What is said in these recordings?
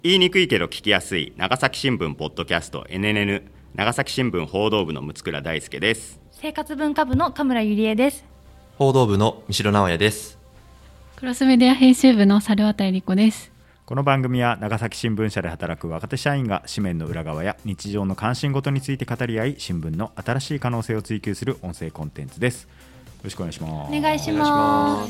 言いにくいけど聞きやすい長崎新聞ポッドキャスト NNN 長崎新聞報道部の六倉大輔です。 生活文化部の田村ゆりえです。 報道部の三城直也です。 クロスメディア編集部の猿渡理子です。 この番組は長崎新聞社で働く若手社員が紙面の裏側や日常の関心事について語り合い、新聞の新しい可能性を追求する音声コンテンツです。よろしくお願いします。 お願いします。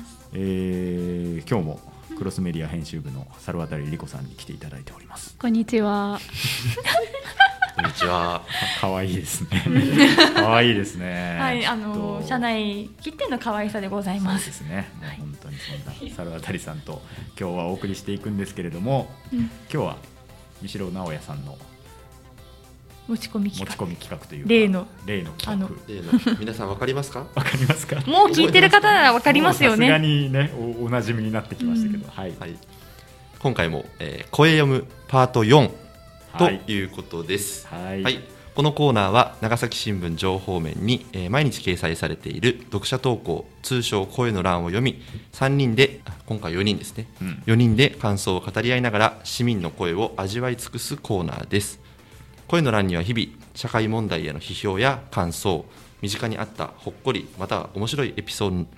今日もクロスメディア編集部の猿渡理子さんに来ていただいております。 こんにちは。 こんにちは。 可愛いですね。可愛いですね。 はい、社内きっての可愛さでございます。 そうですね。もう本当にそんな猿渡さんと今日はお送りしていくんですけれども、今日は三城直也さんの持ち込み企画というか例の企画。 皆さんわかりますか？ わかりますか？ もう聞いてる方ならわかりますよね。 さすがにね、おなじみになってきましたけど、はい。 今回も、声読むパート4ということです。はい。このコーナーは長崎新聞情報面に、毎日掲載されている読者投稿、通称声の欄を読み、3人で今回4人ですね、4人で感想を語り合いながら市民の声を味わい尽くすコーナーです。声の欄には日々社会問題への批評や感想、身近にあったほっこりまたは面白いエピソー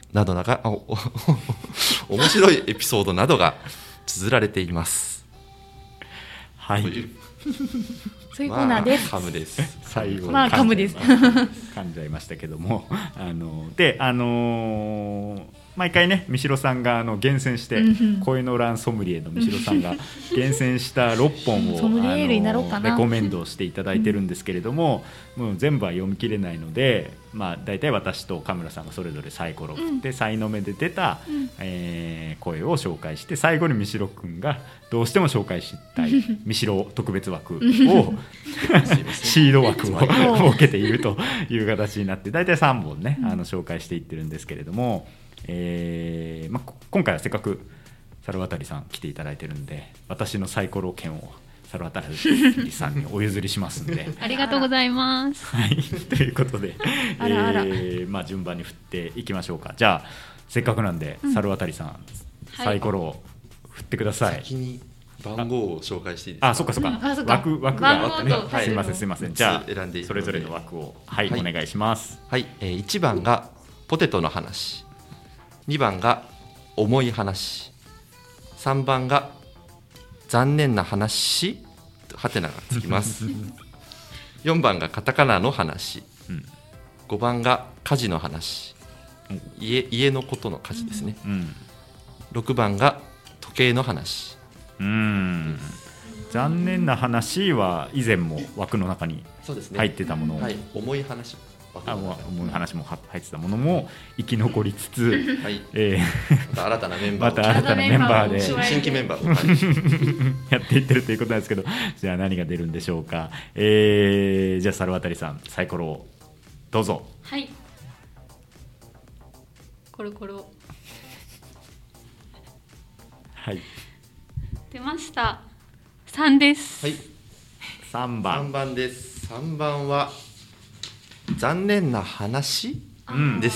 ドなどが綴られています。 はい。 そういうコーナーです。 カムです。 最後カムです。 噛んじゃいましたけども、で毎回ね、三城さんが厳選して声の欄ソムリエの三城さんが厳選した6本をレコメンドしていただいてるんですけれども、もう全部は読み切れないので、だいたい私と神村さんがそれぞれサイコロを振って才の目で出た声を紹介して、最後に三城くんがどうしても紹介したい三城特別枠をシード枠を設けているという形になって、だいたい3本ね紹介していってるんですけれども、今回はせっかく猿渡さん来ていただいてるんで、私のサイコロ券を猿渡さんにお譲りしますんでありがとうございます。 はい、ということで順番に振っていきましょうか。じゃあせっかくなんで、猿渡さん、サイコロを振ってください。 先に番号を紹介していいですか？ そっか枠があってね、すいません。じゃあそれぞれの枠をお願いします。 はい、1番がポテトの話、2番が重い話、3番が残念な話ハテナがつきます4番がカタカナの話、5番が家事の話、家のことの家事ですね、6番が時計の話。 残念な話は以前も枠の中に入ってたものを、 重い話も入ってたものも生き残りつつ、 また新たなメンバーで新規メンバーをやっていってるということなんですけど、じゃあ何が出るんでしょうか。じゃあ猿渡さん、サイコロをどうぞ。 はい、コロコロ出ました。3です。 3番です。3番は残念な話、です。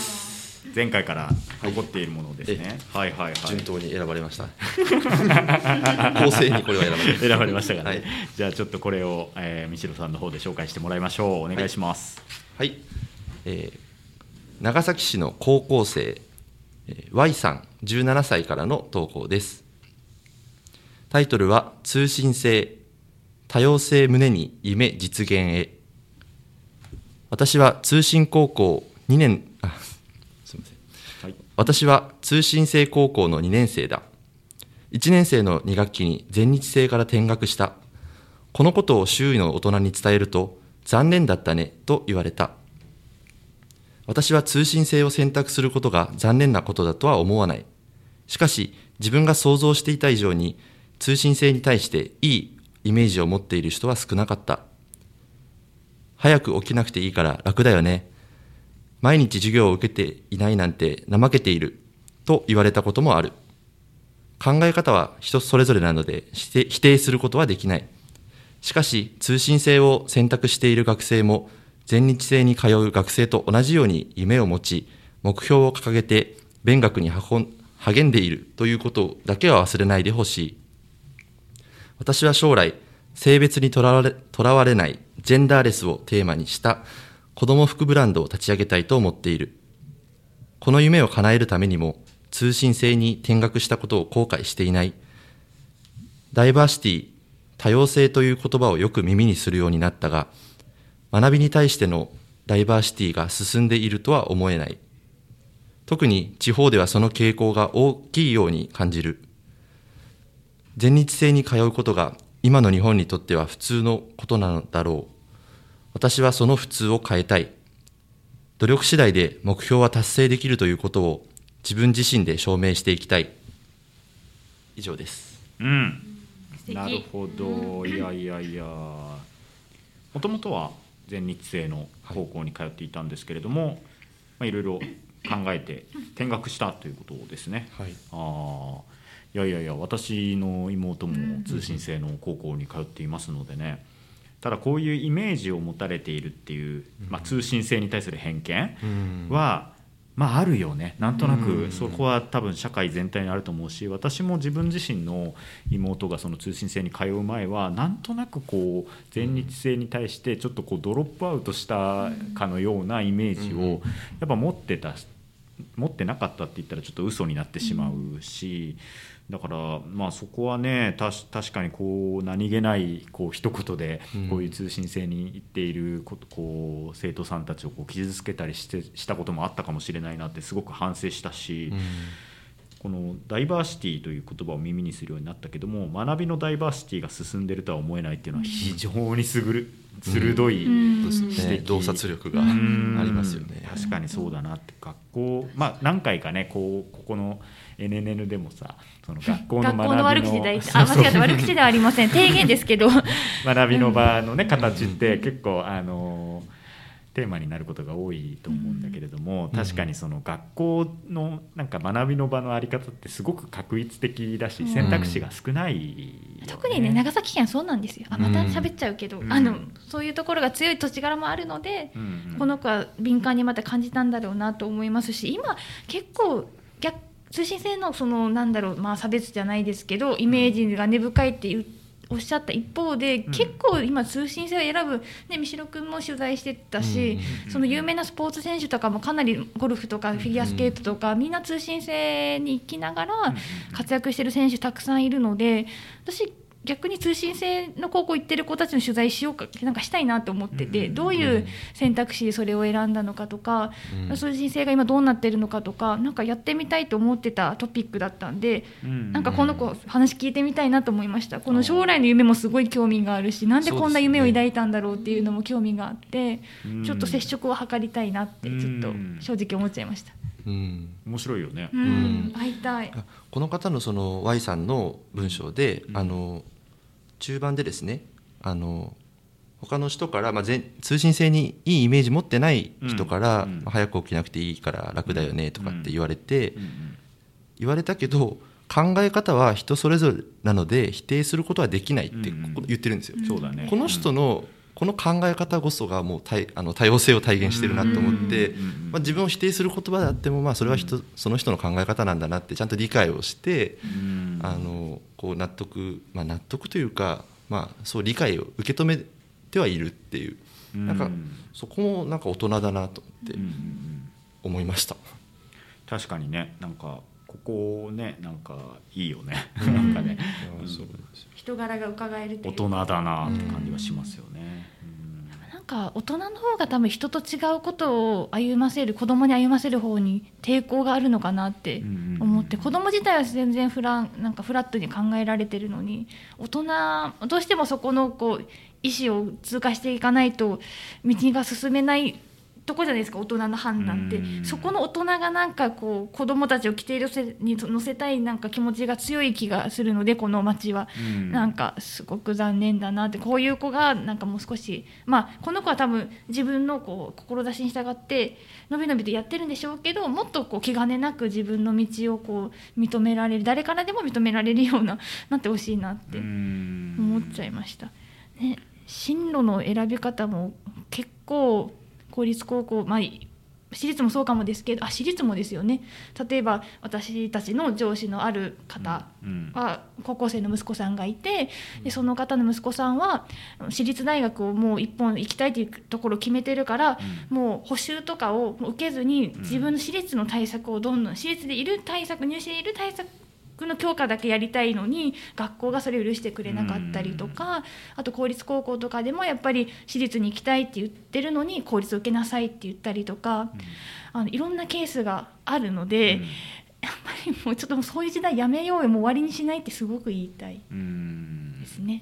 前回から残っているものですね。 順当に選ばれました公正にこれは選ばれましたからね。じゃあちょっとこれを、三城さんの方で紹介してもらいましょう。お願いします。 長崎市の高校生、Y さん17歳からの投稿です。タイトルは通信制、多様性胸に夢実現へ。私は通信制高校の2年生だ。1年生の2学期に全日制から転学した。このことを周囲の大人に伝えると、残念だったねと言われた。私は通信制を選択することが残念なことだとは思わない。しかし、自分が想像していた以上に、通信制に対していいイメージを持っている人は少なかった。早く起きなくていいから楽だよね。毎日授業を受けていないなんて怠けていると言われたこともある。考え方は人それぞれなので否定することはできない。しかし通信制を選択している学生も全日制に通う学生と同じように夢を持ち、目標を掲げて勉学に励んでいるということだけは忘れないでほしい。 私は将来、性別にとらわれないジェンダーレスをテーマにした子ども服ブランドを立ち上げたいと思っている。この夢を叶えるためにも通信制に転学したことを後悔していない。ダイバーシティ、多様性という言葉をよく耳にするようになったが、学びに対してのダイバーシティが進んでいるとは思えない。特に地方ではその傾向が大きいように感じる。全日制に通うことが今の日本にとっては普通のことなのだろう。私はその普通を変えたい。努力次第で目標は達成できるということを自分自身で証明していきたい。以上です。 なるほど。いやもともとは全日制の高校に通っていたんですけれども、いろいろ考えて転学したということですね。いや私の妹も通信制の高校に通っていますのでね、ただこういうイメージを持たれているっていう、通信制に対する偏見は、あるよね。なんとなくそこは多分社会全体にあると思うし、私も自分自身の妹がその通信制に通う前はなんとなくこう全日制に対してちょっとこうドロップアウトしたかのようなイメージをやっぱ持ってなかったって言ったらちょっと嘘になってしまうし、だからそこはね確かにこう何気ないこう一言でこういう通信制に行っているこう生徒さんたちをこう傷つけたりしたこともあったかもしれないなってすごく反省したし、このダイバーシティという言葉を耳にするようになったけども、学びのダイバーシティが進んでるとは思えないっていうのは非常に鋭い指摘、 洞察力がありますよね。 確かにそうだなって。学校何回かねここの NNN でもさ、その学校の学校の悪口で間違って悪口ではありません、提言ですけど学びの場のね形って結構テーマになることが多いと思うんだけれども、確かにその学校のなんか学びの場のあり方ってすごく画一的だし、選択肢が少ないよね。 特にね長崎県そうなんですよ。また喋っちゃうけど、そういうところが強い土地柄もあるので、この子は敏感にまた感じたんだろうなと思いますし、今結構通信制のその差別じゃないですけどイメージが根深いっておっしゃった一方で、結構今通信制を選ぶ、三代君も取材してたし、その有名なスポーツ選手とかもかなりゴルフとかフィギュアスケートとか、みんな通信制に行きながら活躍してる選手たくさんいるので、私逆に通信制の高校行ってる子たちの取材しようかなんかしたいなと思ってて、どういう選択肢でそれを選んだのかとか、通信制が今どうなってるのかとか、なんかやってみたいと思ってたトピックだったんで、なんかこの子話聞いてみたいなと思いました。この将来の夢もすごい興味があるし、なんでこんな夢を抱いたんだろうっていうのも興味があって、ちょっと接触を図りたいなってちょっと正直思っちゃいました。 面白いよね。 会いたい。 この方のその Y さんの文章で、中盤でですね、他の人から、通信制にいいイメージ持ってない人から、早く起きなくていいから楽だよねとかって言われたけど、考え方は人それぞれなので否定することはできないって言ってるんですよ。 そうだね。 この人のこの考え方こそがもう多様性を体現してるなと思って、自分を否定する言葉であっても、それはその人の考え方なんだなってちゃんと理解をして、こう納得というか、そう理解を受け止めてはいるっていう、なんかそこもなんか大人だなと思って思いました。 確かにね、なんかここね、なんかいいよね。なんかね、 人柄が伺えるという大人だなって感じがしますよね。 なんか大人の方が多分人と違うことを子供に歩ませる方に抵抗があるのかなって思って、子供自体は全然なんかフラットに考えられてるのに、大人どうしてもそこのこう意思を通過していかないと道が進めないとこじゃないですか、大人の判断って。そこの大人がなんかこう子どもたちを規定に乗せたいなんか気持ちが強い気がするので、この町はなんかすごく残念だなって。こういう子がなんかもう少し、この子は多分自分のこう志に従ってのびのびとやってるんでしょうけど、もっとこう気兼ねなく自分の道をこう認められる、誰からでも認められるようななってほしいなって思っちゃいました、進路の選び方も結構公立高校、 私立もそうかもですけど、私立もですよね。例えば私たちの上司のある方は高校生の息子さんがいて、でその方の息子さんは私立大学をもう一本行きたいというところを決めてるから、もう補習とかを受けずに自分の私立の対策をどんどん、私立でいる対策、入試でいる対策の強化だけやりたいのに学校がそれを許してくれなかったりとか、あと公立高校とかでもやっぱり私立に行きたいって言ってるのに公立を受けなさいって言ったりとか、いろんなケースがあるので、やっぱりもうちょっとそういう時代やめようよ、もう終わりにしないってすごく言いたいですね。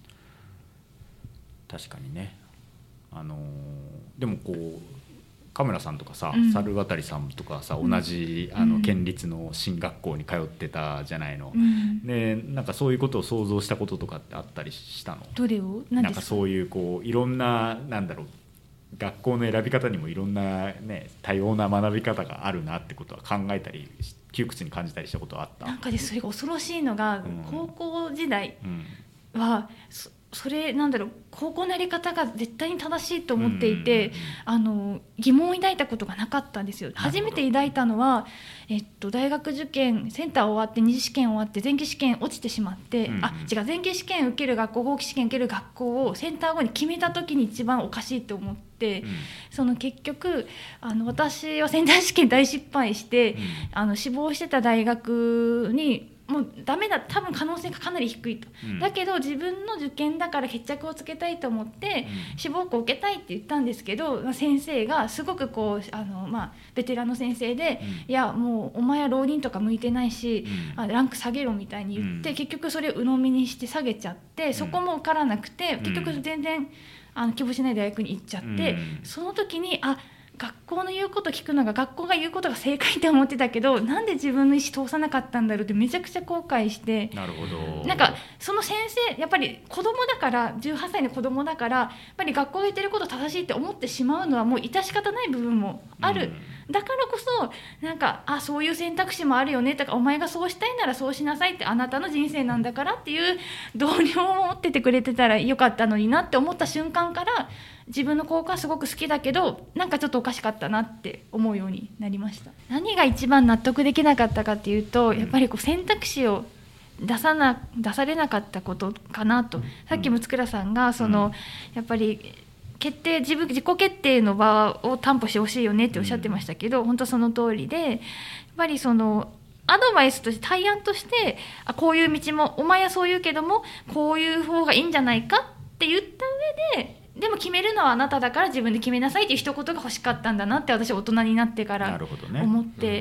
確かにね。でもこうカムラさんとかさ、猿渡さんとかさ、同じ県立の進学校に通ってたじゃないの、でなんかそういうことを想像したこととかってあったりしたの？ どれを？ なんかそういうこういろんな、なんだろう、学校の選び方にもいろんなね多様な学び方があるなってことは考えたり窮屈に感じたりしたことはあった？ なんかでそれが恐ろしいのが、高校時代は、それなんだろう、高校のやり方が絶対に正しいと思っていて、疑問を抱いたことがなかったんですよ。初めて抱いたのは、大学受験センター終わって二次試験終わって前期試験落ちてしまって、前期試験受ける学校、後期試験受ける学校をセンター後に決めた時に一番おかしいと思って、その結局私はセンター試験大失敗して、志望してた大学にもうダメだ、多分可能性がかなり低いと、だけど自分の受験だから決着をつけたいと思って、志望校を受けたいって言ったんですけど、先生がすごくこうベテランの先生で、いやもうお前は浪人とか向いてないし、ランク下げろみたいに言って、結局それを鵜呑みにして下げちゃって、そこも受からなくて、結局全然希望しない大学に行っちゃって、その時に学校の言うこと聞くのが、学校が言うことが正解って思ってたけど、なんで自分の意思通さなかったんだろうってめちゃくちゃ後悔して。 なるほど。 なんかその先生やっぱり子供だから、18歳の子供だから、やっぱり学校が言ってること正しいって思ってしまうのはもう致し方ない部分もある、だからこそなんかそういう選択肢もあるよねとか、お前がそうしたいならそうしなさいって、あなたの人生なんだからっていう同僚を持っててくれてたらよかったのになって思った瞬間から、自分の高校はすごく好きだけどなんかちょっとおかしかったなって思うようになりました。何が一番納得できなかったかっていうと、やっぱりこう選択肢を出されなかったことかなと。さっき六倉さんがやっぱり自己決定の場を担保してほしいよねっておっしゃってましたけど、本当その通りで、やっぱりアドバイスとして対案として、こういう道もお前はそう言うけどもこういう方がいいんじゃないかって言った上で、でも決めるのはあなただから自分で決めなさいっていう一言が欲しかったんだなって、私は大人になってから思って、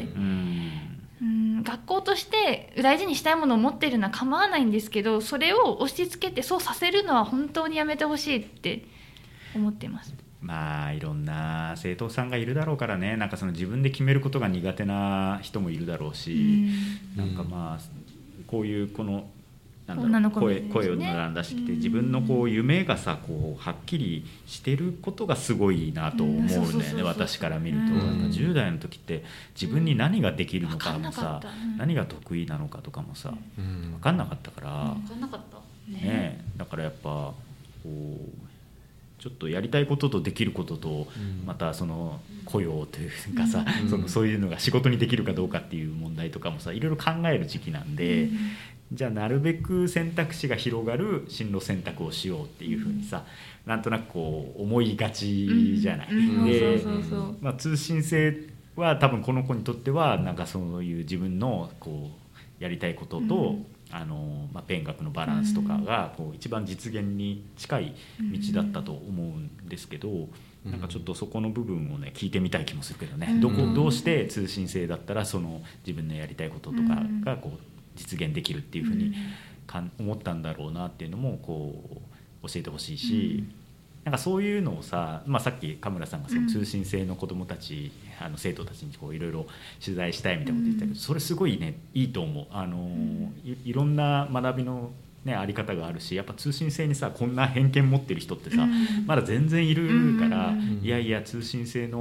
学校として大事にしたいものを持っているのは構わないんですけど、それを押し付けてそうさせるのは本当にやめてほしいって思っています。 いろんな生徒さんがいるだろうからね、なんか自分で決めることが苦手な人もいるだろうし、なんかこういう声を出してきて、自分の夢がさはっきりしてることがすごいなと思うんだよね。私から見ると、10代の時って自分に何ができるのかもさ、何が得意なのかとかもさ分かんなかったから、だからやっぱちょっとやりたいこととできることと、また雇用というかさ、そういうのが仕事にできるかどうかっていう問題とかもさ、いろいろ考える時期なんで、じゃあなるべく選択肢が広がる進路選択をしようっていうふうにさ、なんとなく思いがちじゃない。で、通信制は多分この子にとってはなんかそういう自分のやりたいことと、勉学のバランスとかが一番実現に近い道だったと思うんですけど、なんかちょっとそこの部分をね聞いてみたい気もするけどね、どうして通信制だったら自分のやりたいこととかが実現できるっていうふうに思ったんだろうなっていうのも教えてほしいし、なんかそういうのをさ、さっき神村さんが通信制の子どもたち、生徒たちにいろいろ取材したいみたいなこと言ってたけど、それすごいねいいと思う。いろんな学びのあり方があるし、やっぱ通信制にさこんな偏見持ってる人ってさ、まだ全然いるから、いやいや通信制の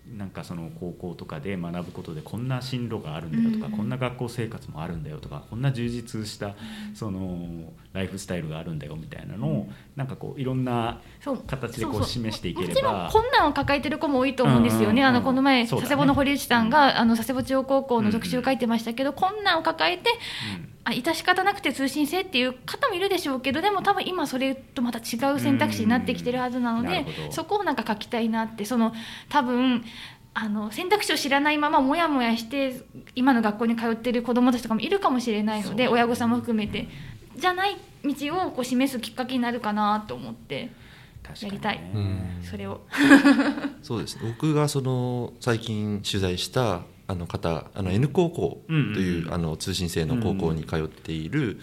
なんかその高校とかで学ぶことでこんな進路があるんだよとか、こんな学校生活もあるんだよとか、こんな充実したそのライフスタイルがあるんだよみたいなのをなんかこういろんな形でこう示していければ、 もちろん困難を抱えてる子も多いと思うんですよね。この前佐世保の堀内さんが佐世保中央高校の特集を書いてましたけど、困難を抱えて致し方なくて通信制っていう方もいるでしょうけど、でも多分今それとまた違う選択肢になってきてるはずなので、そこをなんか書きたいなって。多分選択肢を知らないままモヤモヤして今の学校に通ってる子どもたちとかもいるかもしれないので、親御さんも含めてじゃない道をこう示すきっかけになるかなと思ってやりたい、それをそうですね。僕が最近取材した方N 高校という通信制の高校に通っている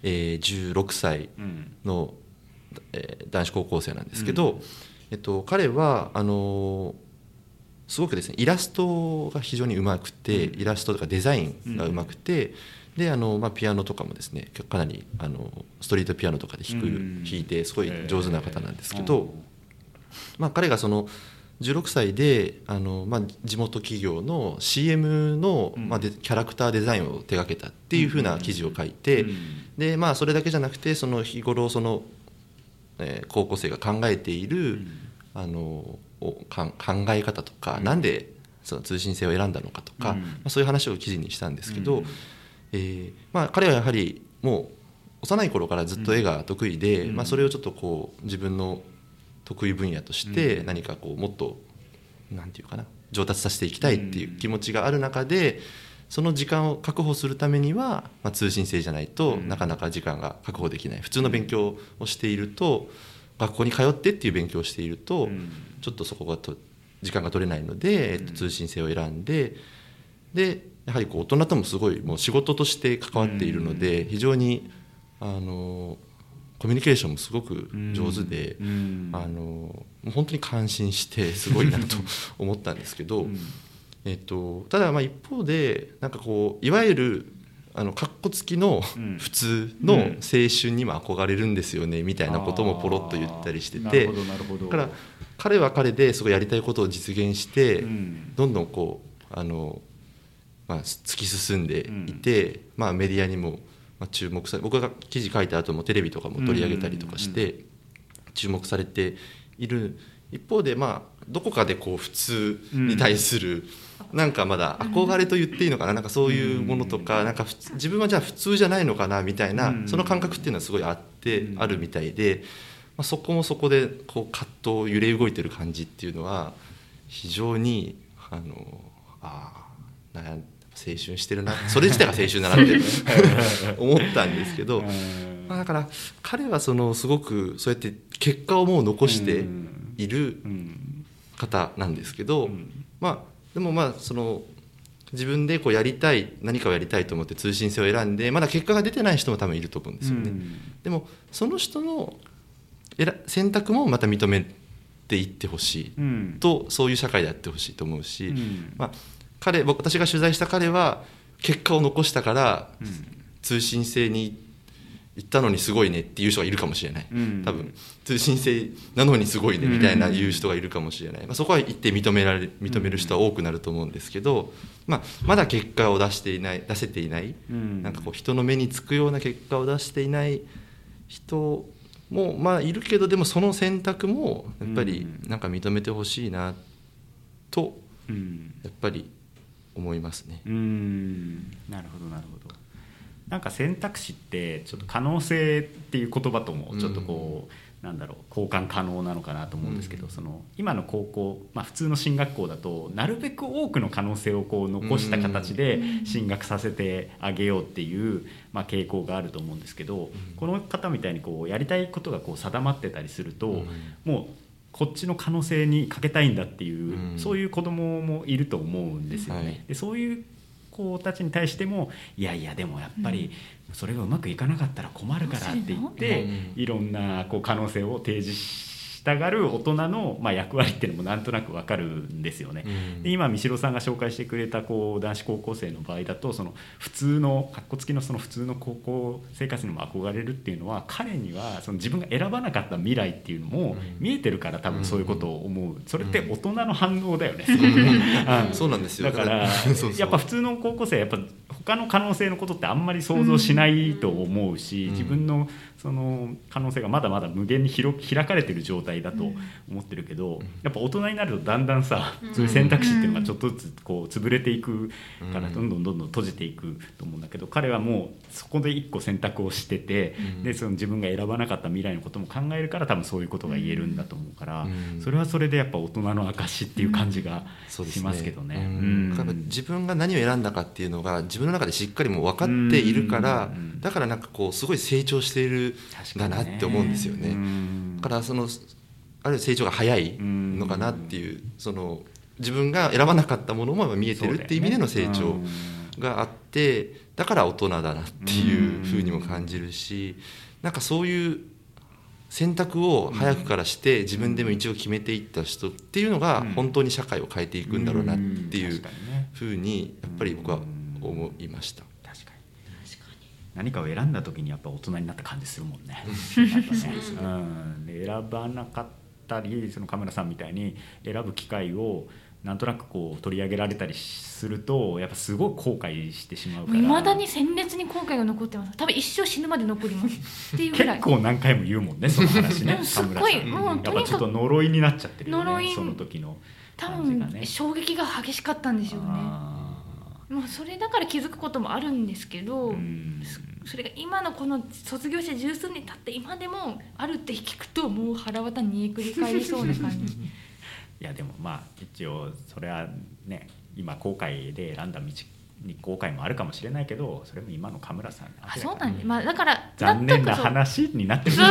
16歳の男子高校生なんですけど、彼はすごくですね、イラストが非常にうまくて、イラストとかデザインがうまくて、でピアノとかもですね、かなりストリートピアノとかで弾いてすごい上手な方なんですけど、彼が16歳で地元企業の CM の、キャラクターデザインを手掛けたっていう風な記事を書いて、でそれだけじゃなくて日頃高校生が考えている考え方とか、なんでその通信制を選んだのかとか、そういう話を記事にしたんですけど、彼はやはりもう幼い頃からずっと絵が得意で、それをちょっとこう自分の得意分野として何かこうもっとなんていうかな、上達させていきたいっていう気持ちがある中で、その時間を確保するためには、通信制じゃないとなかなか時間が確保できない。普通の勉強をしていると、学校に通ってっていう勉強をしていると、ちょっとそこが時間が取れないので、通信制を選んで、でやはりこう大人ともすごいもう仕事として関わっているので、非常にコミュニケーションもすごく上手で、本当に感心してすごいなと思ったんですけど、ただ一方でなんかこういわゆるカッコつきの普通の青春にも憧れるんですよねみたいなこともポロッと言ったりしてて、だから彼は彼ですごいやりたいことを実現して、どんどんこう突き進んでいて、メディアにも注目され、僕が記事書いた後もテレビとかも取り上げたりとかして注目されている一方で、どこかでこう普通に対するなんかまだ憧れと言っていいのかな、なんかそういうものとか、なんか自分はじゃあ普通じゃないのかなみたいな、その感覚っていうのはすごいあるみたいで、そこもそこでこう葛藤揺れ動いてる感じっていうのは非常に青春してるな、それ自体が青春だなって思ったんですけど、だから彼はすごくそうやって結果をもう残している方なんですけど、でも自分でこう何かをやりたいと思って通信制を選んでまだ結果が出てない人も多分いると思うんですよね。でもその人の選択もまた認めていってほしいと、そういう社会であってほしいと思うし、私が取材した彼は結果を残したから通信制に行ったのにすごいねっていう人がいるかもしれない、多分通信制なのにすごいねみたいな言う人がいるかもしれない、そこは言って認める人は多くなると思うんですけど、まだ結果を出せていないなんかこう人の目につくような結果を出していない人もいるけど、でもその選択もやっぱりなんか認めてほしいなとやっぱり思いますね。 なるほどなるほど。なんか選択肢ってちょっと可能性っていう言葉ともちょっとこう、交換可能なのかなと思うんですけど、今の高校、普通の進学校だとなるべく多くの可能性をこう残した形で進学させてあげようっていう、傾向があると思うんですけど、この方みたいにこうやりたいことがこう定まってたりすると、もうこっちの可能性にかけたいんだっていう、そういう子どももいると思うんですよね。でそういう子たちに対してもいやでもやっぱりそれがうまくいかなかったら困るからって言って、いろんなこう可能性を提示し従う大人の役割っていうのもなんとなく分かるんですよね。で今三代さんが紹介してくれた男子高校生の場合だと、その普通のかっこつきのその普通の高校生活にも憧れるっていうのは、彼にはその自分が選ばなかった未来っていうのも見えてるから多分そういうことを思う。それって大人の反応だよね。 そうなんですよ。 だからやっぱ普通の高校生はやっぱ他の可能性のことってあんまり想像しないと思うし、自分のその可能性がまだまだ無限に開かれてる状態だと思ってるけど、やっぱ大人になるとだんだんさ、そういう選択肢っていうのがちょっとずつこう潰れていくからどんどん閉じていくと思うんだけど、彼はもうそこで一個選択をしてて、でその自分が選ばなかった未来のことも考えるから多分そういうことが言えるんだと思うから、それはそれでやっぱ大人の証っていう感じがしますけどね。 自分が何を選んだかっていうのが自分の中でしっかりもう分かっているから、だからなんかこうすごい成長しているんだなって思うんですよね。だからそのある成長が早いのかなっていう、その自分が選ばなかったものも見えてるっていう意味での成長があって、だから大人だなっていうふうにも感じるし、なんかそういう選択を早くからして自分でも一応決めていった人っていうのが本当に社会を変えていくんだろうなっていうふうにやっぱり僕は思いました。 確かに何かを選んだ時にやっぱ大人になった感じするもんね。で選ばなかったり、そのカメラさんみたいに選ぶ機会をなんとなくこう取り上げられたりすると、やっぱすごい後悔してしまうから、 未だに鮮烈に後悔が残ってます。多分一生死ぬまで残りますっていうぐらい結構何回も言うもんね、その話ね。 すっごいもうやっぱちょっと呪いになっちゃってるよね、その時の感じがね。 多分衝撃が激しかったんですよね。もうそれだから気づくこともあるんですけど、それが今のこの卒業して十数年経って今でもあるって聞くと、もう腹渡に繰り返りそうな感じ。 いやでも一応それはね、今後悔で選んだ道に後悔もあるかもしれないけど、それも今のカムラさんあ、そうなんで、だから残念な話になってる。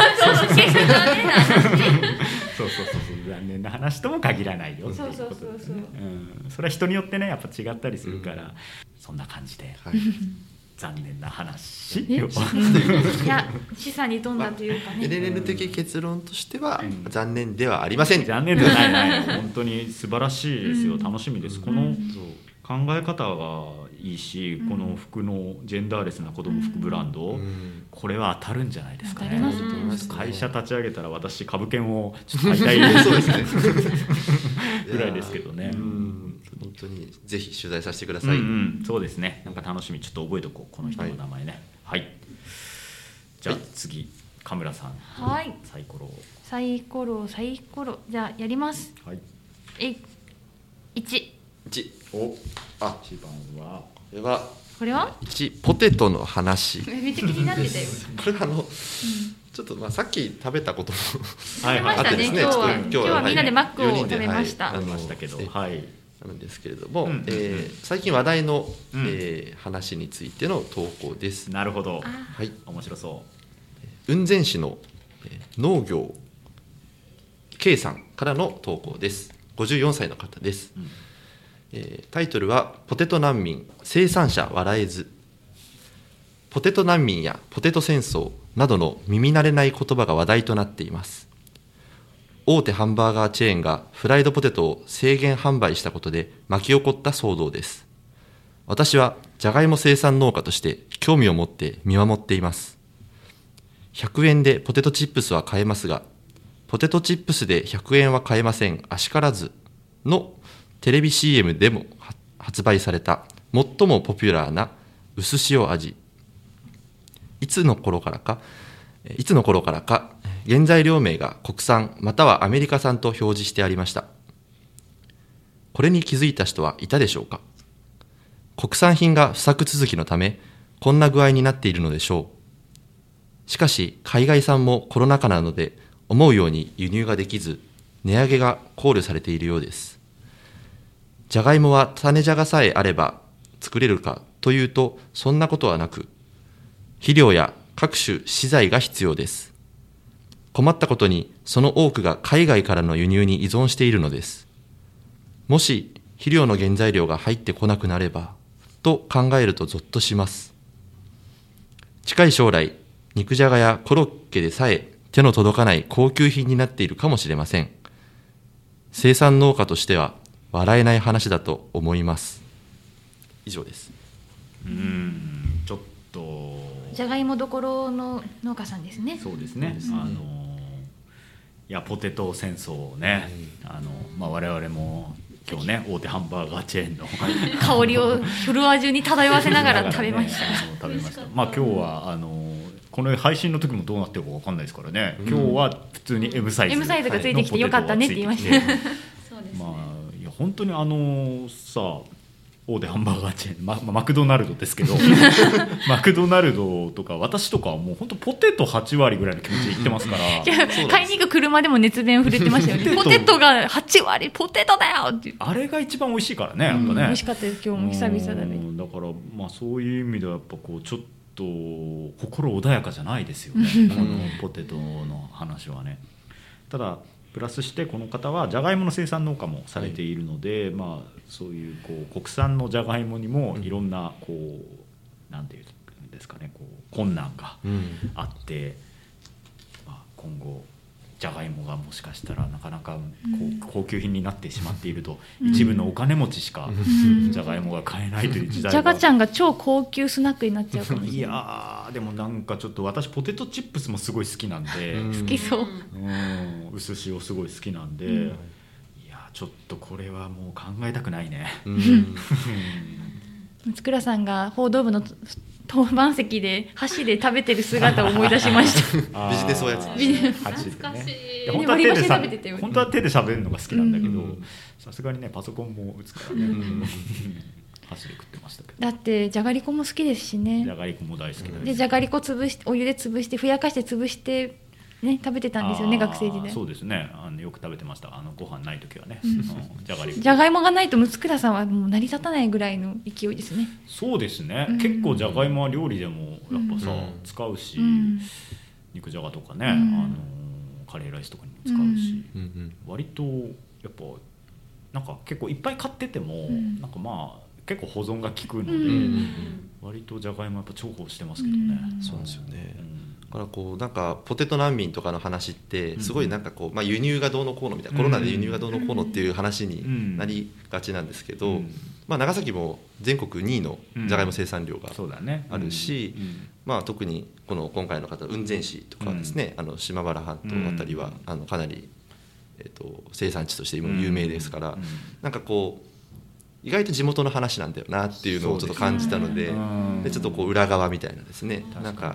残念な話とも限らないよっていうことですね。それは人によってねやっぱ違ったりするから、そんな感じで、残念な話をいや示唆に富んだというかね、 NNN 的結論としては残念ではありません。 残念ではない本当に素晴らしいですよ。楽しみです。この考え方がいいし、この服のジェンダーレスな子供服ブランド、これは当たるんじゃないですかね。会社立ち上げたら私株券をちょっと買いたいそうですねぐらいですけどね。 本当にぜひ取材させてください。 そうですね。なんか楽しみ、ちょっと覚えておこう、この人の名前ね。じゃあ次、カメラさん。サイコロじゃあやります。 1 番はこれは 1、ポテトの話。 めっちゃ気になってたよ。 これちょっとさっき食べたこともあってですね、今日はみんなでマックを食べました。 なんですけれども、最近話題の話についての投稿です。 なるほど。面白そう。 雲仙市の農業 K さんからの投稿です。54歳の方です。タイトルはポテト難民生産者笑えず。ポテト難民やポテト戦争などの耳慣れない言葉が話題となっています。大手ハンバーガーチェーンがフライドポテトを制限販売したことで巻き起こった騒動です。私はじゃがいも生産農家として興味を持って見守っています。100円でポテトチップスは買えますが、ポテトチップスで100円は買えませんあしからずのテレビ CM でも発売された最もポピュラーな薄塩味。いつの頃からか原材料名が国産またはアメリカ産と表示してありました。これに気づいた人はいたでしょうか。国産品が不作続きのためこんな具合になっているのでしょう。しかし海外産もコロナ禍なので思うように輸入ができず、値上げが考慮されているようです。じゃがいもは種じゃがさえあれば作れるかというとそんなことはなく、肥料や各種資材が必要です。困ったことにその多くが海外からの輸入に依存しているのです。もし肥料の原材料が入ってこなくなればと考えるとゾッとします。近い将来、肉じゃがやコロッケでさえ手の届かない高級品になっているかもしれません。生産農家としては笑えない話だと思います。以上です。 ちょっとじゃがいもどころの農家さんですね。 そうですね。いやポテト戦争をね、我々も今日ね大手ハンバーガーチェーンの香りをフロア中に漂わせながら食べました。 食べました。今日はこの配信の時もどうなってるか分かんないですからね。今日は普通に M サイズがついてきてよかったねって言いました。 いや本当にさ大手ハンバーガーチェーン、マクドナルドですけどマクドナルドとか私とかはもう本当ポテト8割ぐらいの気持ちで言ってますから買いに行く車でも熱弁触れてましたよね。ポテトが8割ポテトだよってあれが一番美味しいからね、やっぱね、 美味しかったです。今日も久々だね。 だからそういう意味ではやっぱこうちょっと心穏やかじゃないですよねこのポテトの話はね。ただプラスしてこの方はじゃがいもの生産農家もされているので、そういう国産のじゃがいもにもいろんななんていうんですかね、困難があって、今後じゃがいもがもしかしたらなかなか高級品になってしまっていると、一部のお金持ちしかじゃがいもが買えないという時代が、 じゃがちゃんが超高級スナックになっちゃうかもしれない。 いやでもなんかちょっと私ポテトチップスもすごい好きなんで、 好きそう、 薄塩すごい好きなんで、いやちょっとこれはもう考えたくないね。 松倉さんが報道部の当番席で箸で食べてる姿を思い出しましたビジネスおやつ懐かしい。本当は手で喋るのが好きなんだけど、さすがにねパソコンも打つからね箸で食ってましたけど。 だってじゃがりこも好きですしね。 じゃがりこも大好きだでじゃがりこ潰してお湯で潰してふやかして潰してね、食べてたんですよね、学生時代。 そうですね、よく食べてました。ご飯ない時はね、 じゃがいもがないと六倉さんはもう成り立たないぐらいの勢いですね。 そうですね、結構じゃがいもは料理でもやっぱさ、使うし、肉じゃがとかね、カレーライスとかにも使うし、割とやっぱなんか結構いっぱい買ってても、なんか結構保存が効くので、割とじゃがいもやっぱ重宝してますけどね。 そうですよね。だからなんかポテト難民とかの話ってすごいなんか輸入がどうのこうのみたいな、コロナで輸入がどうのこうのっていう話になりがちなんですけど、長崎も全国2位のじゃがいも生産量があるし、特に今回の方雲仙市とかですね、島原半島あたりはかなり生産地として今有名ですから、なんか意外と地元の話なんだよなっていうのをちょっと感じたので、ちょっと裏側みたいなですね、なんか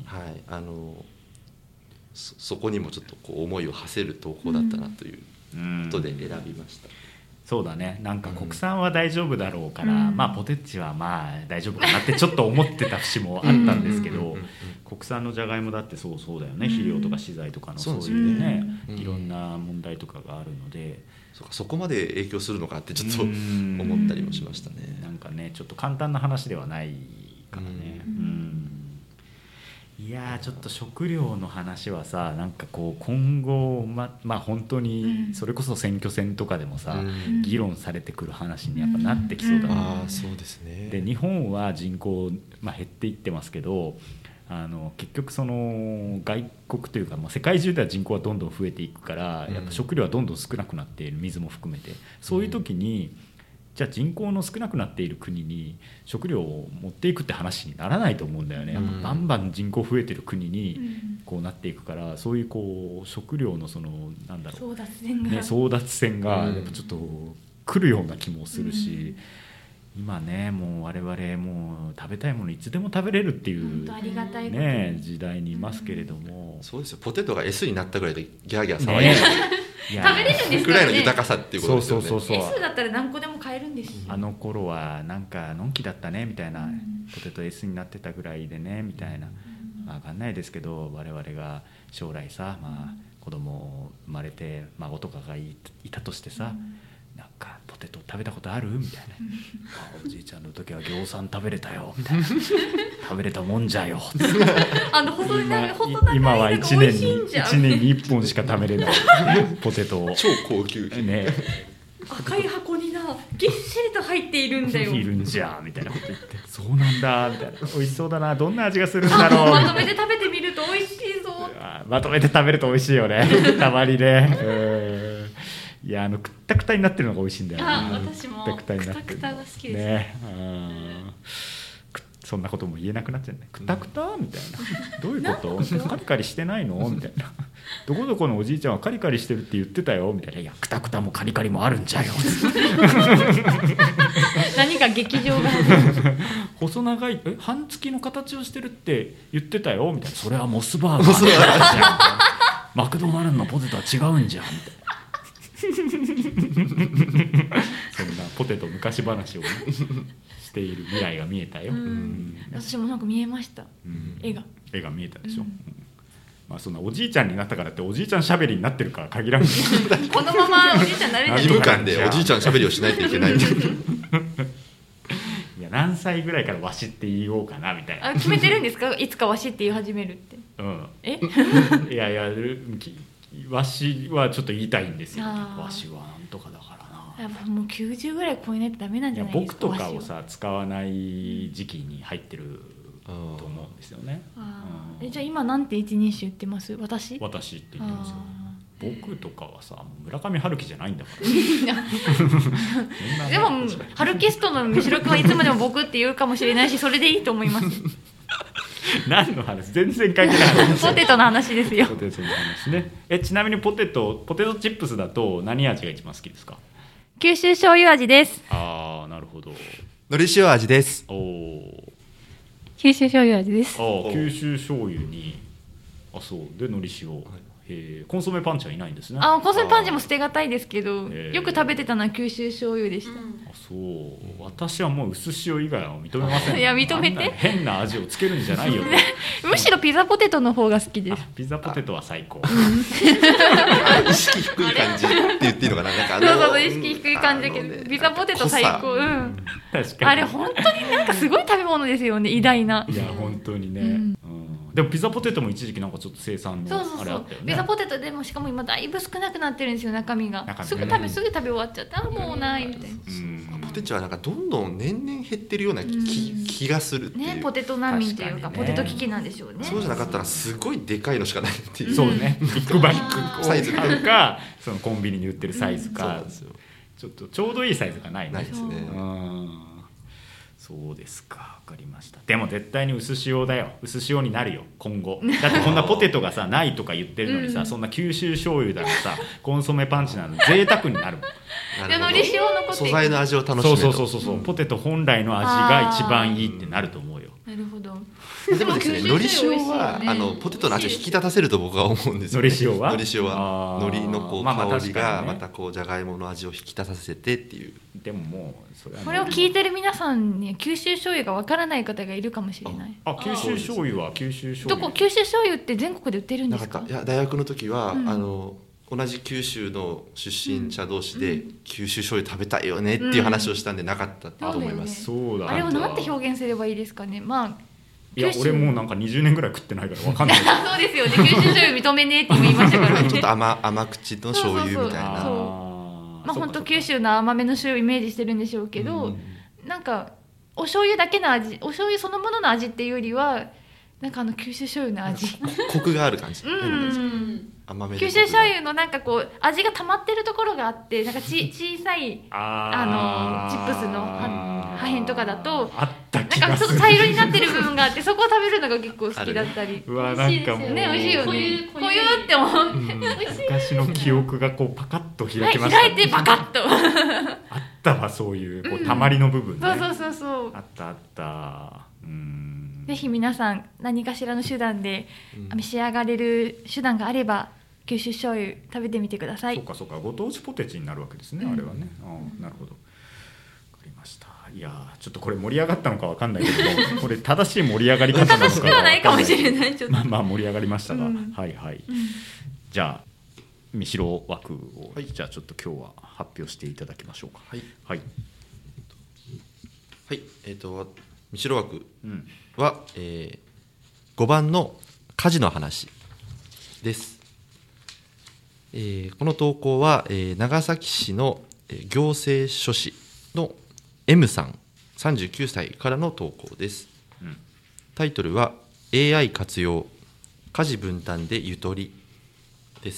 そこにもちょっと思いを馳せる投稿だったなということで選びました。 そうだね、なんか国産は大丈夫だろうから、ポテチは大丈夫かなってちょっと思ってた節もあったんですけど、国産のじゃがいもだってそうだよね、肥料とか資材とかのそういうね、いろんな問題とかがあるので、 そこまで影響するのかってちょっと思ったりもしましたね。 なんかねちょっと簡単な話ではないからね。いやちょっと食料の話はさ、なんか今後本当にそれこそ選挙戦とかでもさ、議論されてくる話にやっぱなってきそうだな。 そうですね。 で日本は人口減っていってますけど、結局その外国というか、世界中では人口はどんどん増えていくから、やっぱ食料はどんどん少なくなっている、水も含めて。そういう時にじゃあ人口の少なくなっている国に食料を持っていくって話にならないと思うんだよね。やっぱバンバン人口増えてる国になっていくから、そういう食料のなんだろう、争奪戦がやっぱちょっと来るような気もするし、今ねもう我々もう食べたいものいつでも食べれるっていう時代にいますけれども、 そうですよ。ポテトが S になったぐらいでギャーギャー騒いで食べれるんですからね。 ぐらいの豊かさっていうことですよね。 S だったら何個でも買えるんですよ。 あの頃はなんかのんきだったねみたいな、ポテト S になってたぐらいでねみたいな、分かんないですけど、我々が将来さ、子供生まれて孫とかがいたとしてさ、なんかポテト食べたことあるみたいな、おじいちゃんの時は餃子食べれたよみたいな食べれたもんじゃよ今は1年に1本しか食べれないポテトを超高級品ね、 赤い箱にぎっしりと入っているんだよいるんじゃみたいなこと言って、そうなんだみたいな、美味しそうだな、どんな味がするんだろう、 まとめて食べてみると美味しいぞ、 まとめて食べると美味しいよねたまにね。いやくったくたになってるのが美味しいんだよね。 私もくたくたが好きですね。そんなことも言えなくなっちゃうね。くたくたみたいな、どういうことカリカリしてないのみたいな、どこどこのおじいちゃんはカリカリしてるって言ってたよみたいな、いやくたくたもカリカリもあるんじゃよ何か劇場が細長い半月の形をしてるって言ってたよみたいな、それはモスバーガーじゃんマクドナルドのポテトは違うんじゃんみたいなそんなポテト昔話を、ね、している未来が見えたよ。 私もなんか見えました、絵が見えたでしょ。まあそんなおじいちゃんになったからっておじいちゃんしゃべりになってるから限らんこのままおじいちゃんになれるんじゃない義務感でおじいちゃんしゃべりをしないといけないいや何歳ぐらいからわしって言おうかなみたいな。 決めてるんですかいつかわしって言い始めるって、 いやわしはちょっと言いたいんですよ。わしはなんとかだからな。 やっぱもう90ぐらい超えないとダメなんじゃないですか。 僕とかをさ使わない時期に入ってると思うんですよね。 じゃあ今なんて一人称言ってます？私って言ってますよ。僕とかはさ村上春樹じゃないんだからでも春キストの三代君はいつまでも僕って言うかもしれないし、それでいいと思います何の話？全然関係ないポテトの話ですよ。 ポテトの話ね。ちなみにポテトチップスだと何味が一番好きですか？ 九州醤油味です。 なるほど。 のり塩味です。 九州醤油味です。 九州醤油にそうでのり塩、コンソメパンチはいないんですね。 コンソメパンチも捨てがたいですけど、よく食べてたのは九州醤油でした。 そう私はもう薄塩以外は認めません。 いや認めて。 変な味をつけるんじゃないよむしろピザポテトの方が好きです。 ピザポテトは最高。 意識低い感じって言っていいのかな。 そう意識低い感じだけどピザポテト最高。 確かにあれ本当になんかすごい食べ物ですよね。偉大な。 いや本当にね。でもピザポテトも一時期なんかちょっと生産のあれあったよね。 ピザポテトでもしかも今だいぶ少なくなってるんですよ、中身が。すぐ食べ終わっちゃってもうないみたいな。 ポテチはなんかどんどん年々減ってるような気がするっていうね。ポテト難民というかポテト危機なんでしょうね。 そうじゃなかったらすごいでかいのしかないっていう。 そうね。ビッグバッグサイズかそのコンビニに売ってるサイズか、ちょっとちょうどいいサイズがないですね。 そうですか、分かりました。でも絶対に薄塩だよ。薄塩になるよ今後。だってこんなポテトがさないとか言ってるのにさ、そんな九州醤油だとさコンソメパンチなの贅沢になるもん。 のり塩の素材の味を楽しめる。 そうポテト本来の味が一番いいってなると思うよ。 なるほど。 でもですね、のり塩はポテトの味を引き立たせると僕は思うんですよね。 のり塩はのりの香りがまたじゃがいもの味を引き立たせてっていう。 でももうこれを聞いてる皆さんに九州醤油がわからない方がいるかもしれない。 九州醤油は九州醤油。 九州醤油って全国で売ってるんですか？ いや大学の時は同じ九州の出身者同士で九州醤油食べたいよねっていう話をしたんでなかったと思います。 そうだ。 あれをなんて表現すればいいですかね。 いや俺もうなんか20年ぐらい食ってないから分かんない。 そうですよね。九州醤油認めねえって言いましたからね。 ちょっと甘口の醤油みたいな。 本当九州の甘めの醤油をイメージしてるんでしょうけど、なんかお醤油だけの味、お醤油そのものの味っていうよりはなんか九州醤油の味、 コクがある感じ。 甘めで九州醤油のなんかこう味が溜まってるところがあって、なんか小さいチップスの破片とかだとなんかちょっと茶色になってる部分があって、そこを食べるのが結構好きだったり。 うわなんかもうね、美味しいよね。こういうって思って。 昔の記憶がこうパカッと開けました。 開いてパカッと。 あったわそういうこうたまりの部分ね。 そう。 あったぜひ皆さん何かしらの手段で召し上がれる手段があれば九州醤油食べてみてください。 そうかご当地ポテチになるわけですね、あれはね。なるほど、分かりました。いやちょっとこれ盛り上がったのか分かんないけどもこれ正しい盛り上がり方なのか正しくはないかもしれない。ちょっとまあ盛り上がりましたが、じゃあ三代枠を、じゃあちょっと今日は発表していただきましょうか。はい三代枠は、5番の火事の話です。この投稿は、長崎市の行政書士の M さん39歳からの投稿です。タイトルは AI 活用家事分担でゆとりです。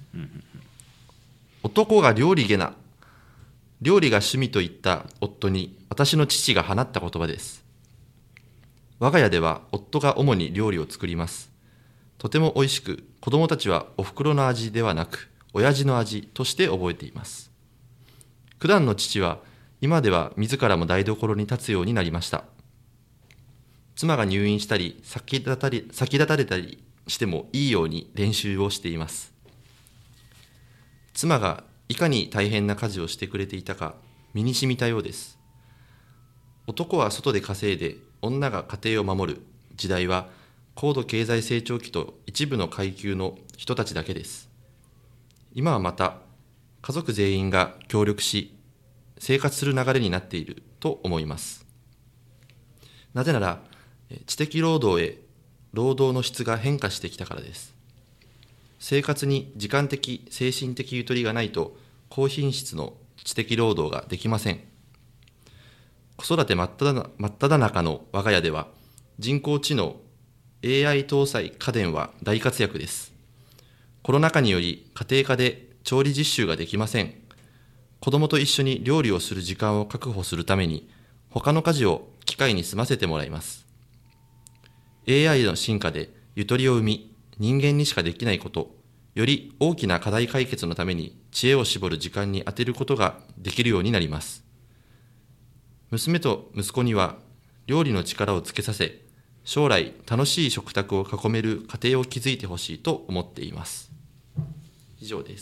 男が料理下な、料理が趣味と言った夫に私の父が放った言葉です。我が家では夫が主に料理を作ります。とても美味しく、子供たちはお袋の味ではなく親父の味として覚えています。九段の父は今では自らも台所に立つようになりました。妻が入院したり先立たれたりしてもいいように練習をしています。妻がいかに大変な家事をしてくれていたか身に染みたようです。男は外で稼いで女が家庭を守る時代は高度経済成長期と一部の階級の人たちだけです。今はまた家族全員が協力し生活する流れになっていると思います。なぜなら知的労働へ労働の質が変化してきたからです。生活に時間的精神的ゆとりがないと高品質の知的労働ができません。子育て真っ只中の我が家では人工知能 AI 搭載家電は大活躍です。コロナ禍により家庭科で調理実習ができません。子供と一緒に料理をする時間を確保するために他の家事を機械に済ませてもらいます。AI の進化でゆとりを生み、人間にしかできないこと、より大きな課題解決のために知恵を絞る時間に充てることができるようになります。娘と息子には料理の力をつけさせ、将来楽しい食卓を囲める家庭を築いてほしいと思っています。以上です。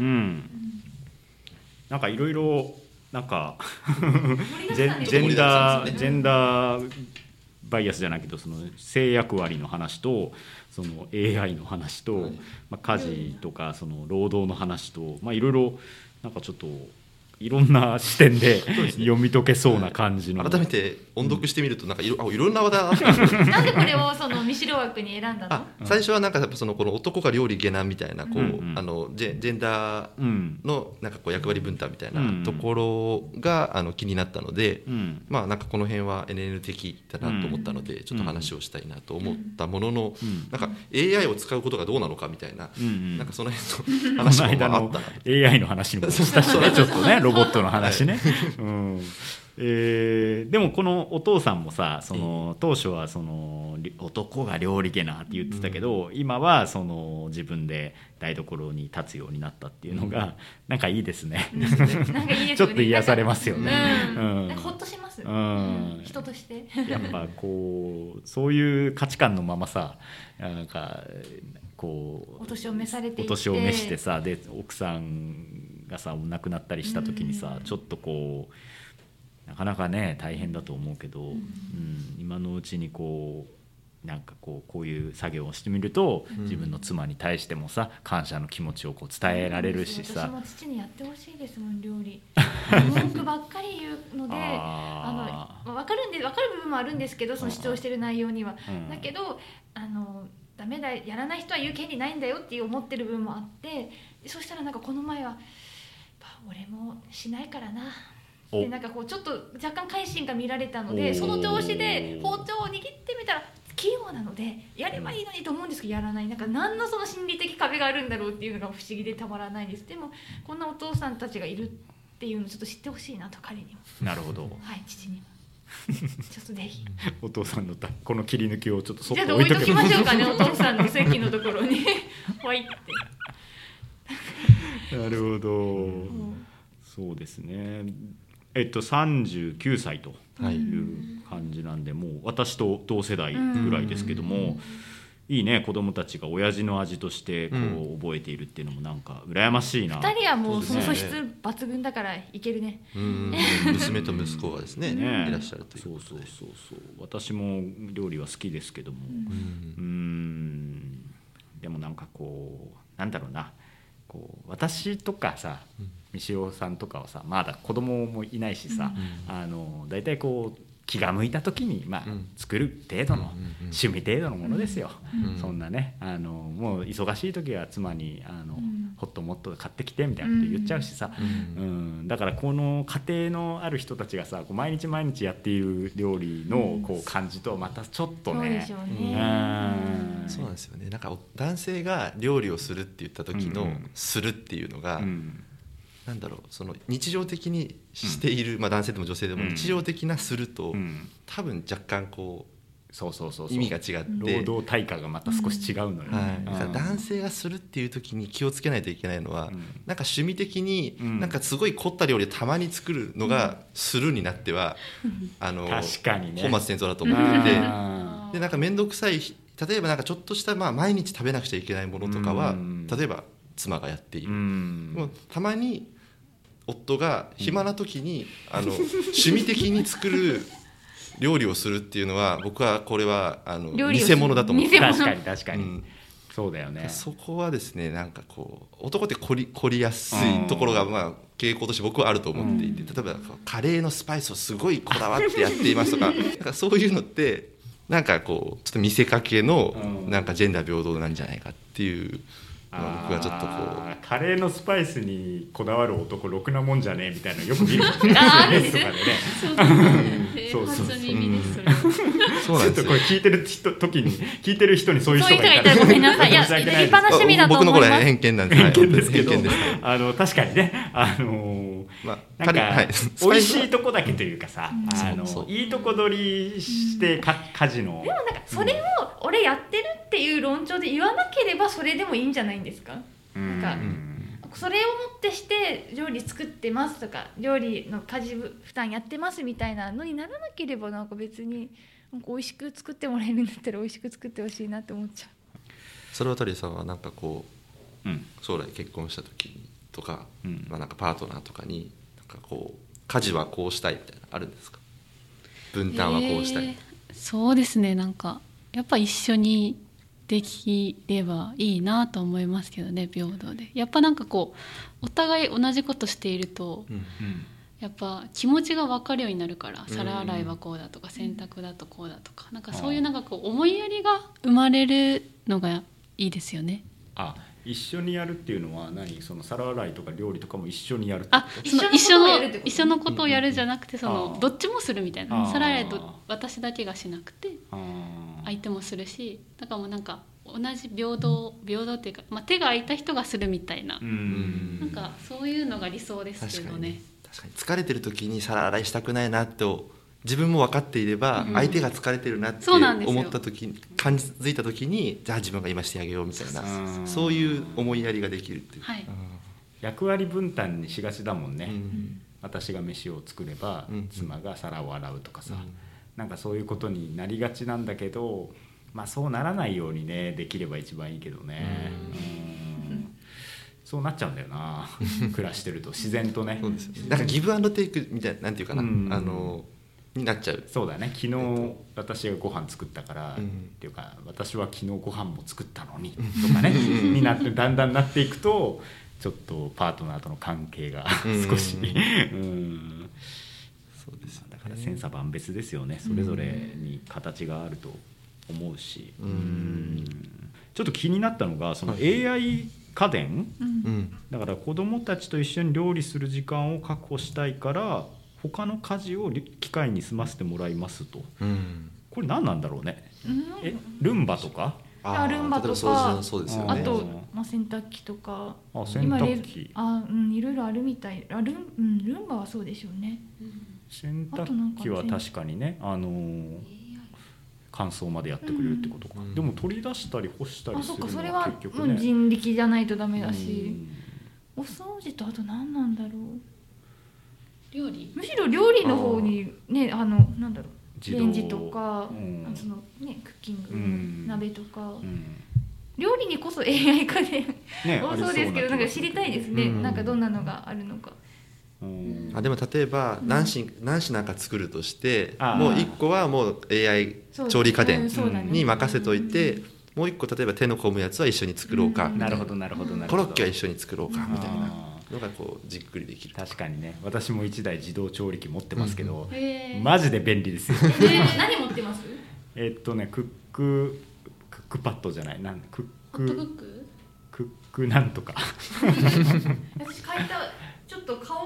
なんかいろいろなんかジェンダーバイアスじゃないけどその性役割の話とその AI の話と、家事とかその労働の話と、いろいろなんかちょっといろんな視点で読み解けそうな感じの、 改めて音読してみるとなんかいろんな話題あったなんでこれをその見代枠に選んだの？ 最初はなんかやっぱそのこの男が料理下男みたいなこう、ジェンダーのなんかこう役割分担みたいなところが気になったので、なんかこの辺は NN 的だなと思ったのでちょっと話をしたいなと思ったものの、なんか AI を使うことがどうなのかみたいな、なんかその辺の話もあったな。 AI の話もしたしねちょっとねロボットの話ね、でもこのお父さんもさその当初はその男が料理下なって言ってたけど、今はその自分で台所に立つようになったっていうのがなんかいいですね。 なんかいいですよね。 ちょっと癒されますよね。 なんかほっとします。人としてやっぱこうそういう価値観のままさなんかこうお年を召されていてお年を召してさで奥さんがさ亡くなったりした時にさ、ちょっとこうなかなかね大変だと思うけど、今のうちにこうなんかこういう作業をしてみると、自分の妻に対してもさ感謝の気持ちをこう伝えられるしさ、 私も父にやってほしいですもん料理文句ばっかり言うので分かる部分もあるんですけどその主張してる内容には、だけどダメだやらない人は言う権利ないんだよって思ってる部分もあって、そしたらなんかこの前は俺もしないからなでなんかこうちょっと若干改心が見られたので、その調子で包丁を握ってみたら器用なのでやればいいのにと思うんですけどやらない、なんか何のその心理的壁があるんだろうっていうのが不思議でたまらないです。でもこんなお父さんたちがいるっていうのをちょっと知ってほしいなと彼にも。 なるほど。 はい父にもちょっとぜひお父さんのこの切り抜きをちょっとそっとと置いときましょうかねお父さんの席のところにほいってなるほど、そうですね。39歳という感じなんで、もう私と同世代ぐらいですけども、いいね子供たちが親父の味としてこう覚えているっていうのもなんか羨ましいな。 2人はもうその素質抜群だからいけるね。 娘と息子がですねいらっしゃるということで。 そう私も料理は好きですけども、でもなんかこうなんだろうな、こう私とかさ三代さんとかはさまだ子供もいないしさ、だいたいこう気が向いた時に作る程度の趣味程度のものですよ、そんなねもう忙しい時は妻にホットモット買ってきてみたいなこと言っちゃうしさ、だからこの家庭のある人たちがさこう毎日毎日やっている料理のこう感じとまたちょっとね、 そうなんですよね。なんか男性が料理をするって言った時のするっていうのが、なんだろう、その日常的にしている、男性でも女性でも日常的なすると、多分若干こう意味が違って、 労働対価がまた少し違うのよ、 だから男性がするっていう時に気をつけないといけないのは、なんか趣味的になんかすごい凝った料理をたまに作るのがするになっては、 確かにね、 本末転倒だと思っていて、でなんか面倒くさい、例えばなんかちょっとした毎日食べなくちゃいけないものとかは、例えば妻がやっている、もうたまに夫が暇な時に趣味的に作る料理をするっていうのは、僕はこれは偽物だと思って。 確かに、そうだよね。 そこはですね、なんかこう男って凝りやすいところが傾向として僕はあると思っていて、例えばカレーのスパイスをすごいこだわってやっていますとか、なんかそういうのってなんかこうちょっと見せかけのなんかジェンダー平等なんじゃないかっていう僕はちょっとこうカレーのスパイスにこだわる男ろくなもんじゃねえみたいなのよく見るSNS とかでね。そう初耳ですそれ。 そうなんですよ。 ちょっとこれ聞いてる人にそういう人がいたらごめんなさい。いや立派な趣味だと思います。 僕のこれは偏見なんです。 偏見ですけど、確かにね、なんか美味しいとこだけというかさ、いいとこ取りして家事の。 でもなんかそれを俺やってるっていう論調で言わなければそれでもいいんじゃないんですか。なんかそれをもってして料理作ってますとか料理の家事負担やってますみたいなのにならなければ、なんか別になんか美味しく作ってもらえるんだったら美味しく作ってほしいなって思っちゃう。 それはたりさんはなんかこう、将来結婚した時とか、なんかパートナーとかになんかこう家事はこうしたいみたいなあるんですか。分担はこうしたい。 そうですね、なんかやっぱ一緒にできればいいなと思いますけどね、平等で。やっぱなんかこうお互い同じことしていると、やっぱ気持ちが分かるようになるから、皿洗いはこうだとか洗濯だとこうだとか、なんかそういうなんかこう思いやりが生まれるのがいいですよね。 一緒にやるっていうのは何、その皿洗いとか料理とかも一緒にやるってこと？一緒のことをやるじゃなくて、そのどっちもするみたいな。皿洗い私だけがしなくて相手もするし、だからもうなんか同じ平等っていうか、手が空いた人がするみたいな、なんかそういうのが理想ですけどね。 確かに疲れてる時に皿洗いしたくないなと自分も分かっていれば、相手が疲れてるなって思った時に、感じづいた時に、じゃあ自分が今してあげようみたいな、そういう思いやりができるっていう、 役割分担にしがちだもんね。私が飯を作れば妻が皿を洗うとかさ、なんかそういうことになりがちなんだけど、そうならないようにねできれば一番いいけどね。そうなっちゃうんだよな暮らしてると自然とね。 そうですよね。なんかギブアンドテイクみたいな、なんていうかな、になっちゃう。 そうだね。昨日私がご飯作ったから、っていうか私は昨日ご飯も作ったのにとかねになってだんだんなっていくと、ちょっとパートナーとの関係が少しそうです。だから千差万別ですよね。それぞれに形があると思うし、ちょっと気になったのがその AI 家電、だから子どもたちと一緒に料理する時間を確保したいから他の家事を機械に済ませてもらいますと、これ何なんだろうね。ルンバとか、 ルンバとか、 そうですよね。 あと、洗濯機とか、 洗濯機いろいろあるみたい。ルンバはそうでしょうね。 洗濯機は確かにね、乾燥までやってくれるってことか。でも取り出したり干したりするのは結局ね、 人力じゃないとダメだし、お掃除とあと何なんだろう。 料理？ むしろ料理の方にね、なんだろう、レンジとか、そのねクッキング、鍋とか、料理にこそ AI 家電多そうですけど、なんか知りたいですね。なんかどんなのがあるのか。 でも例えば何品なんか作るとして、もう1個はもう AI 調理家電に任せといて、もう1個例えば手の込むやつは一緒に作ろうか、 なるほどなるほど。 コロッケは一緒に作ろうかみたいなのがこうじっくりできる。 確かにね、私も1台自動調理器持ってますけど、マジで便利ですよ。 何持ってます？ クックパッドじゃない、クックなんとか。 私買いた、ちょっと顔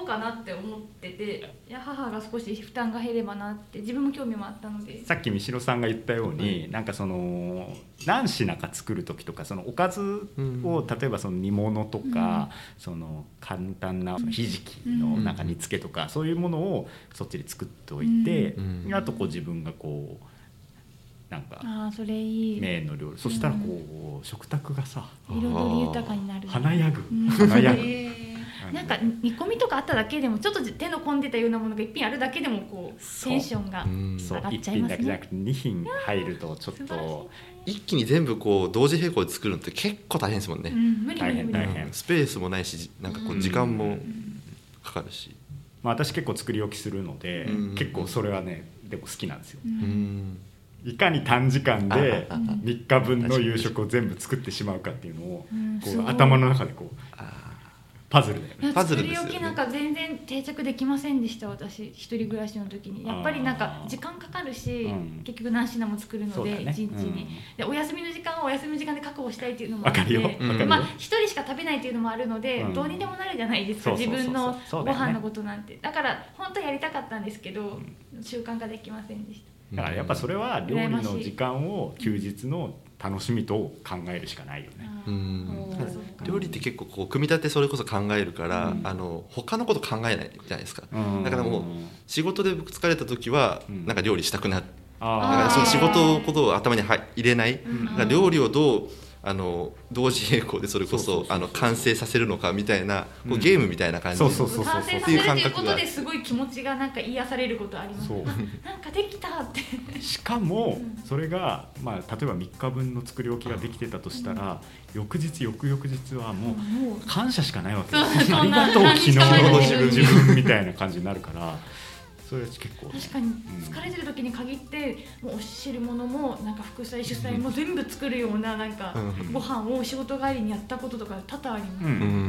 かなって思ってて、いや母が少し負担が減ればなって自分も興味もあったので。 さっき三代さんが言ったように、なんかその何品か作る時とかそのおかずを例えばその煮物とか、その簡単なひじきのなんか煮付けとか、そういうものをそっちで作っておいて、あとこう自分がこうなんかそれいいメインの料理、そしたらこう食卓がさ彩り豊かになる、 華やぐ、華やぐなんか煮込みとかあっただけでもちょっと手の込んでたようなものが一品あるだけでもこうテンションが上がっちゃいますね。 1品だけじゃなくて2品入るとちょっと一気に全部こう同時並行で作るのって結構大変ですもんね。 大変スペースもないし、なんかこう時間もかかるし、 私結構作り置きするので、結構それはねでも好きなんですよ。いかに短時間で3日分の夕食を全部作ってしまうかっていうのをこう頭の中でこうパズルだよね。 作り置きなんか全然定着できませんでした。私一人暮らしの時にやっぱりなんか時間かかるし、結局何品も作るので1日に、でお休みの時間はお休みの時間で確保したいっていうのもあって、まあ1人しか食べないっていうのもあるので、どうにでもなるじゃないですか、自分のご飯のことなんて。だから本当やりたかったんですけど習慣化できませんでした。 だからやっぱそれは料理の時間を休日の楽しみと考えるしかないよね。 料理って結構こう組み立てそれこそ考えるから、他のこと考えないじゃないですか。だからもう仕事で疲れた時はなんか料理したくなる、だからその仕事のことを頭に入れない、だから料理をどう同時並行でそれこそ完成させるのかみたいな、こうゲームみたいな感じで完成させるということですごい気持ちがなんか癒されることあります。なんかできたってしかもそれが、まあ、例えば3日分の作り置きができてたとしたら、翌日翌々日はもう感謝しかないわけです。ありがとう昨日の自分みたいな感じになるから、それは結構確かに疲れてる時に限ってもうお汁物もなんか副菜主菜も全部作るようななんかご飯を仕事帰りにやったこととか多々あります。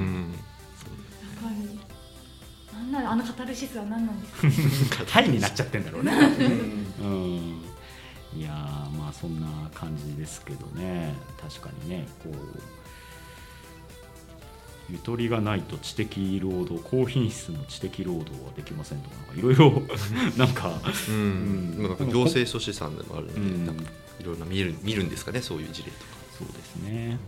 なんならカタルシスは何なんですか。 タイになっちゃってんだろうね。いやまあそんな感じですけどね。確かにね、こうゆとりがないと知的労働、高品質の知的労働はできませんとか、いろいろなんか行政書士さんでもあるので、なんかいろいろ見るんですかね、そういう事例とか。 そうですね、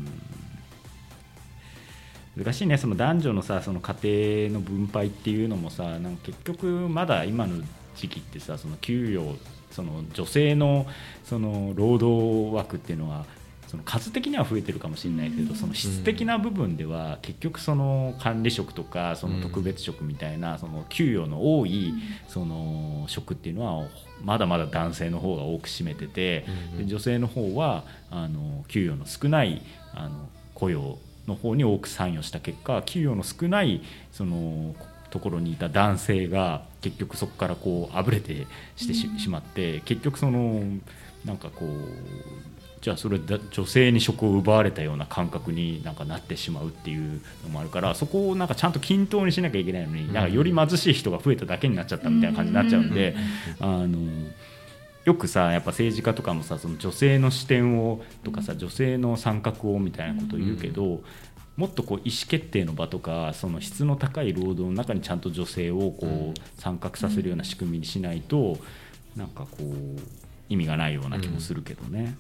難しいね。その男女のさ、その家庭の分配っていうのもさ、なんか結局まだ今の時期ってさ、その給与、その女性のその労働枠っていうのはその数的には増えてるかもしれないけど、その質的な部分では結局その管理職とかその特別職みたいなその給与の多いその職っていうのはまだまだ男性の方が多く占めてて、で女性の方は給与の少ない雇用の方に多く参与した結果、給与の少ないそのところにいた男性が結局そこからこうあぶれてしてしまって、結局そのなんかこうじゃあそれ女性に職を奪われたような感覚になんかなってしまうっていうのもあるから、そこをなんかちゃんと均等にしなきゃいけないのに、なんかより貧しい人が増えただけになっちゃったみたいな感じになっちゃうんで、よくさやっぱ政治家とかもさ、その女性の視点をとかさ、女性の参画をみたいなことを言うけど、もっとこう意思決定の場とかその質の高い労働の中にちゃんと女性をこう参画させるような仕組みにしないと、なんかこう意味がないような気もするけどね。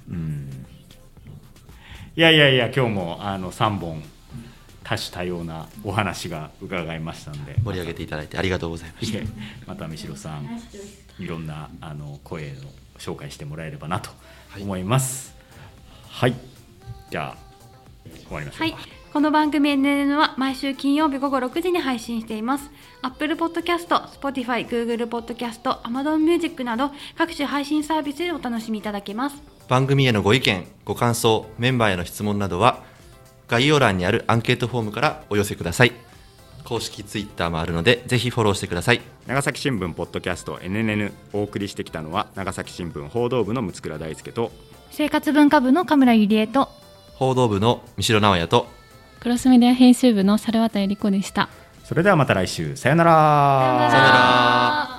いや今日も3本多種多様なお話が伺いましたので、 盛り上げていただいてありがとうございました。 また三代さんいろんな声を紹介してもらえればなと思います。はい、じゃあ終わりましょうか。 この番組 NNN は毎週金曜日午後6時に配信しています。Apple Podcast、Spotify、Google Podcast、Amazon Music など各種配信サービスでお楽しみいただけます。 番組へのご意見、ご感想、メンバーへの質問などは概要欄にあるアンケートフォームからお寄せください。公式ツイッターもあるのでぜひフォローしてください。 長崎新聞ポッドキャスト NNN お送りしてきたのは長崎新聞報道部の六倉大輔と生活文化部の神村ゆりえと報道部の三代直也とクロスメディア編集部の猿渡恵理子でした。 それではまた来週、さよなら。 さよなら。